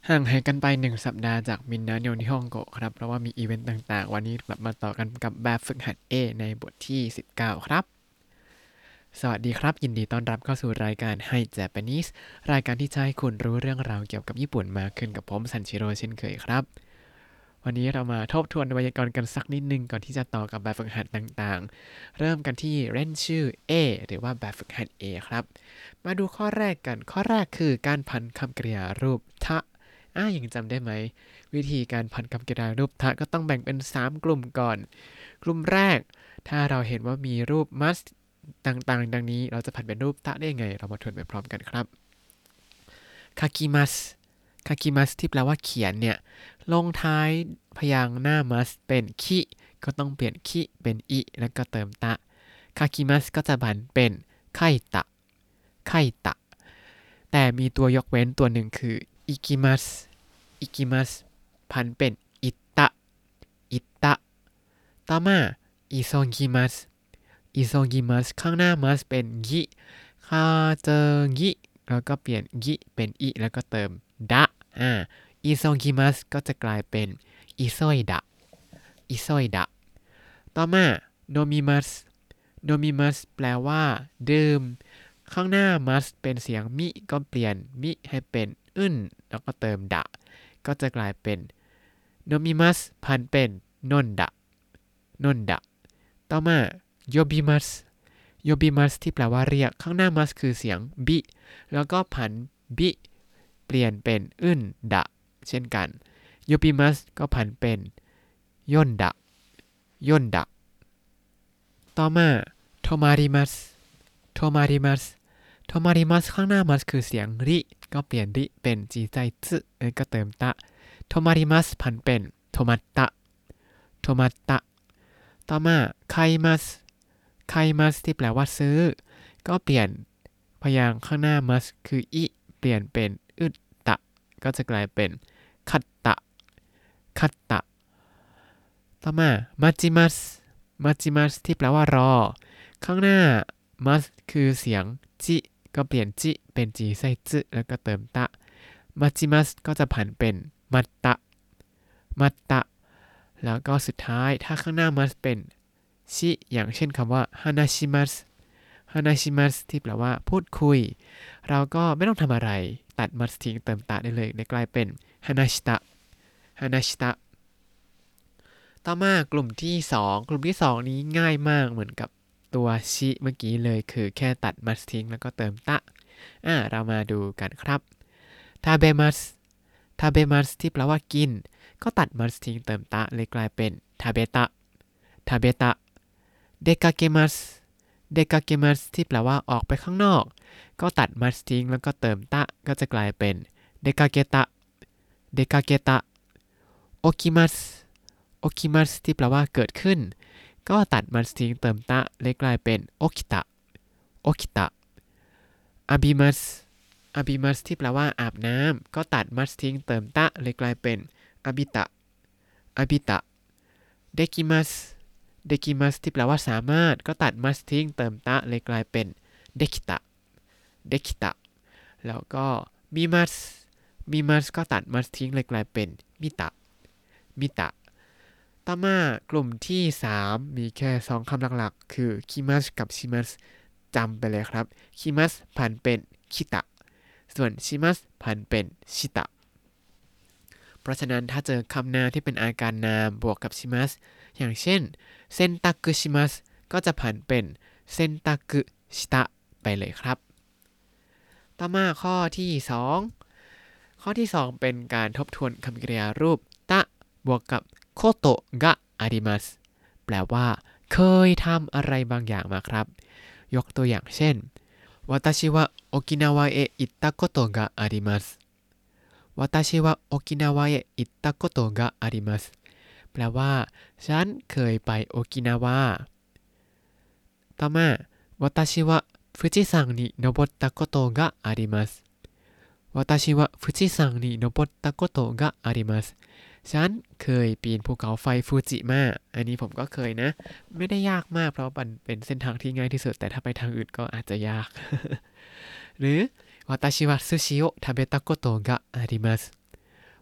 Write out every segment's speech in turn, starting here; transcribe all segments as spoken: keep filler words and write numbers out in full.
ห่างหายกันไปหนึ่งสัปดาห์จากมินนะโยนิฮงโกะครับเพราะว่ามีอีเวนต์ต่างๆวันนี้กลับมาต่อกันกับแบบฝึกหัด A ในบทที่สิบเก้าครับสวัสดีครับยินดีต้อนรับเข้าสู่รายการ Hi Japanese รายการที่จะให้คุณรู้เรื่องราวเกี่ยวกับญี่ปุ่นมากขึ้นกับผมซันชิโร่เช่นเคยครับวันนี้เรามาทบทวนไวยากรณ์กันสักนิดนึงก่อนที่จะต่อกับแบบฝึกหัดต่างๆเริ่มกันที่เล่นชื่อ A หรือว่าแบบฝึกหัด A ครับมาดูข้อแรกกันข้อแรกคือการพันคำกริยารูปทะอ่ะยังจำได้ไหมวิธีการพันคำกริยารูปทะก็ต้องแบ่งเป็นสามกลุ่มก่อนกลุ่มแรกถ้าเราเห็นว่ามีรูป must ต่างๆดังนี้เราจะผันเป็นรูปทะได้ยังไงเรามาทวนไปพร้อมกันครับคากิมัสคากิมัสที่แปลว่าเขียนเนี่ยลงท้ายพยางค์หน้า must เป็นคิก็ต้องเปลี่ยนคิเป็นอิแล้วก็เติมตะคากิมัสก็จะผันเป็นไคตะไคตะแต่มีตัวยกเว้นตัวหนึ่งคืออิกิมัสอิกิมัสผันเป็นอิตะอิตะต่อมาอิโซกิมัสอิโซกิมัสข้างหน้า must เป็นยิคาเจอยิแล้วก็เปลี่ยนยิเป็นอิแล้วก็เติมดะอ่าอิโซกิมัสก็จะกลายเป็นอิโซยดะอิโซยดะต่อมาโนมิมัสโนมิมัสแปลว่าดื่มข้างหน้า must เป็นเสียงมิก็เปลี่ยนมิให้เป็นอึนแล้วก็เติมดะก็จะกลายเป็นโนมิมัสพันเป็นนนดะนนดะต่อมาโยบิมัสโยบิมัสที่แปลว่าเรียกข้างหน้า must คือเสียงบิแล้วก็ผันบิเปลี่ยนเป็นอึนดะเช่นกันโยบิมัสก็ผันเป็นย่นดะย่นดะต่อมาโทมาริมัสโทมาริมัสโทมาริมัสข้างหน้า must คือเสียงริก็เปลี่ยนริเป็นจีใจซึแล้วก็เติมตะโทมาริมัสผันเป็นโทมัตตะโทมัตตะต่อมาไคมัสไคมัสที่แปลว่าซื้อก็เปลี่ยนพยางค์ข้างหน้า must คืออิเปลี่ยนเป็นอึดตะก็จะกลายเป็นคัตตะคัตตะต่อมามาจิมัสมาจิมัสที่แปลว่ารอข้างหน้า must คือเสียงจิก็เปลี่ยนจิเป็นจีใส่จึแล้วก็เติมตะมาจิมัสก็จะผันเป็นมัตตะมัตตะแล้วก็สุดท้ายถ้าข้างหน้า must เป็นชิอย่างเช่นคำว่าฮานาชิมัสฮานาชิมัสที่แปลว่าพูดคุยเราก็ไม่ต้องทำอะไรตัด must ทิ้งเติมตะได้เลยได้กลายเป็นฮานาชิตะฮานาชิตะต่อมากลุ่มที่สองกลุ่มที่สองนี้ง่ายมากเหมือนกับตัวชิเมื่อกี้เลยคือแค่ตัด must ทิ้งแล้วก็เติมตะอ่าเรามาดูกันครับทาเบมัสทาเบมัสที่แปลว่ากินก็ตัด must ทิ้งเติมตะเลยกลายเป็นทาเบตะทาเบตะเดกาเกมัสเดกาเกมัสที่แปลว่าออกไปข้างนอกก็ตัด must ทิ้งแล้วก็เติมตะก็จะกลายเป็นเดกาเกตะเดกาเกตะโอคิมัสโอคิมัสที่แปลว่าเกิดขึ้นก็ตัด must ทิ้งเติมตะเลยกลายเป็นโอคิตะโอคิตะอาบิมัสอาบิมัสที่แปลว่าอาบน้ำก็ตัด must ทิ้งเติมตะเลยกลายเป็นอาบิตะอาบิตะเดกิมัสเดกิมัสที่แปลว่าสามารถก็ตัด must ทิ้งเติมตะเลยกลายเป็นเดคิตะเดคิตะแล้วก็มิมัสมิมัสก็ตัด must ทิ้งเลยกลายเป็นมิตะมิตะต่อมากลุ่มที่สามมีแค่สองคำหลักๆคือคิมัสกับชิมัสจำไปเลยครับคิมัสผันเป็นคิตะส่วนชิมัสผันเป็นชิตะเพราะฉะนั้นถ้าเจอคำนามที่เป็นอาการนามบวกกับชิมัสอย่างเช่นเซนตักุชิมัสก็จะผันเป็นเซนตักุชิตะไปเลยครับต่อมาข้อที่สองข้อที่สองเป็นการทบทวนคำกริยารูปตะบวกกับโคโตะกะอาริมัสแปลว่าเคยทำอะไรบางอย่างมาครับยกตัวอย่างเช่น私は沖縄へ行ったことがあります私は沖縄へ行ったことがありますแปลว่าฉันเคยไปโอกินาวาต่อมา私は富士山に登ったことがあります私は富士山に登ったことがありますฉันเคยปีนภูเขาไฟฟูจิมาอันนี้ผมก็เคยนะไม่ได้ยากมากเพราะมันเป็นเส้นทางที่ง่ายที่สุดแต่ถ้าไปทางอื่นก็อาจจะยาก หรือ私は寿司を食べたことがあります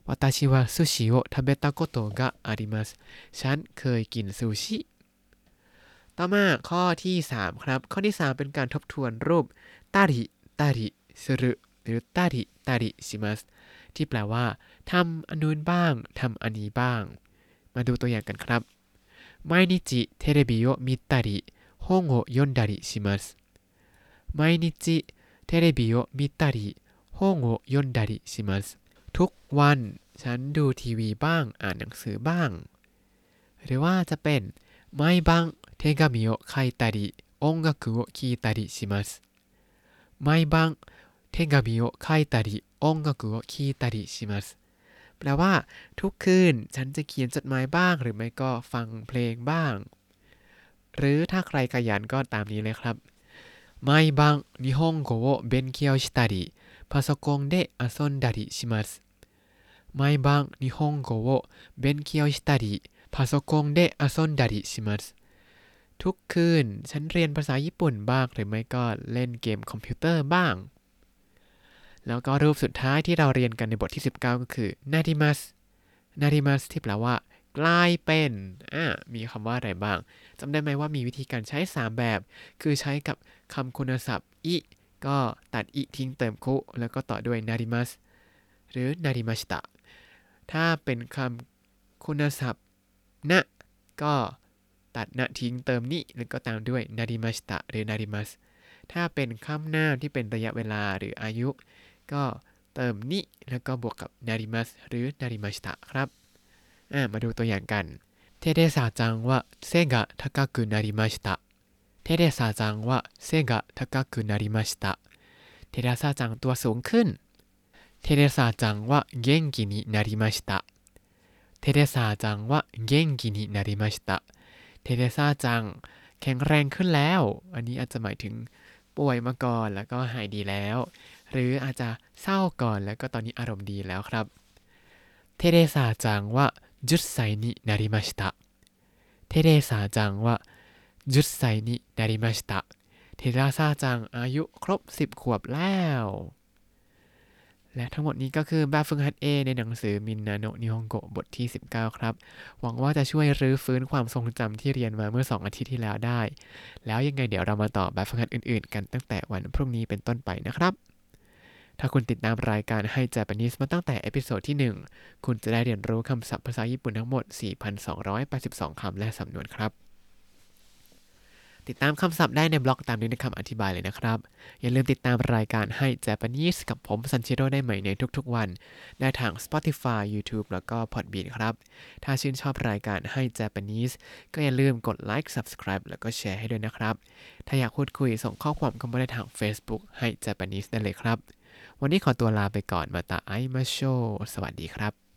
私は寿司を食べたことがありますฉันเคยกินซูชิต่อมาข้อที่สามครับข้อที่สามเป็นการทบทวนรูปตาริตาริสุรุหรือตาริตาริชิมัสที่แปลว่าทำอันนู้นบ้างทำอันนี้บ้างมาดูตัวอย่างกันครับ毎日テレビを見たり本を読んだりします毎日テレビを見たり本を読んだりしますทุกวันฉันดูทีวีบ้างอ่านหนังสือบ้างหรือว่าจะเป็น毎晩手紙を書いたり音楽を聴いたりします毎晩手紙を書いたり音楽を聴いたりしますแปลว่าทุกคืนฉันจะเขียนจดหมายบ้างหรือไม่ก็ฟังเพลงบ้างหรือถ้าใครขยันก็ตามนี้เลยครับ毎晩日本語を勉強したりパソコンで遊んだりします毎晩日本語を勉強したりパソコンで遊んだりしますทุกคืนฉันเรียนภาษาญี่ปุ่นบ้างหรือไม่ก็เล่นเกมคอมพิวเตอร์บ้างแล้วก็รูปสุดท้ายที่เราเรียนกันในบทที่สิบเก้าก็คือนาริมัสนาริมัสที่แปลว่ากลายเป็นอ่ามีคำว่าอะไรบ้างจำได้ไหมว่ามีวิธีการใช้สามแบบคือใช้กับคำคุณศัพท์อิก็ตัดอิทิ้งเติมคุแล้วก็ต่อด้วยนาริมัสหรือนาริมัชตะถ้าเป็นคำคุณศัพท์นะก็ตัดนะทิ้งเติมนิแล้วก็ตามด้วยนาริมัชตะหรือนาริมัสถ้าเป็นคำนามที่เป็นระยะเวลาหรืออายุก็เติมนิแล้วก็บวกกับนาริมัสหรือนาริมัชตะครับอ่ามาดูตัวอย่างกันเทเดซาจังว่า背が高くなりましたเทเดซาจังว่า背が高くなりましたเทเดซาจังตัวสูงขึ้นเทเดซาจังว่า元気になりましたเทเดซาจังว่า元気になりましたเทเดซาจังแข็งแรงขึ้นแล้วอันนี้อาจจะหมายถึงป่วยมาก่อนแล้วก็หายดีแล้วหรืออาจจะเศร้าก่อนแล้วก็ตอนนี้อารมณ์ดีแล้วครับเทเดซาจังว่าじゅっさいになりましたเทเดซาจังว่าじゅっさいになりましたเทเดซาจังอายุครบสิบขวบแล้วและทั้งหมดนี้ก็คือแบบฝึกหัด A ในหนังสือมินนาโนะนิฮงโกะบทที่สิบเก้าครับหวังว่าจะช่วยรื้อฟื้นความทรงจำที่เรียนมาเมื่อสองอาทิตย์ที่แล้วได้แล้วยังไงเดี๋ยวเรามาต่อแบบฝึกหัดอื่นๆกันตั้งแต่วันพรุ่งนี้เป็นต้นไปนะครับถ้าคุณติดตามรายการให้ Japanese มาตั้งแต่เอพิโซดที่หนึ่งคุณจะได้เรียนรู้คำศัพท์ภาษาญี่ปุ่นทั้งหมด สี่พันสองร้อยแปดสิบสอง คำและสำนวนครับติดตามคำศัพท์ได้ในบล็อกตามนี้ในคำอธิบายเลยนะครับอย่าลืมติดตามรายการให้ Japanese กับผมซันชิโร่ได้ใหม่ในทุกๆวันได้ทาง Spotify YouTube แล้วก็ Podbean ครับถ้าชื่นชอบรายการให้ Japanese ก็อย่าลืมกดไลค์ Subscribe แล้วก็แชร์ให้ด้วยนะครับถ้าอยากพูดคุยส่งข้อความเข้ามาได้ทาง Facebook ให้ Japanese ได้เลยครับวันนี้ขอตัวลาไปก่อนมาตาไอมาโชสวัสดีครับ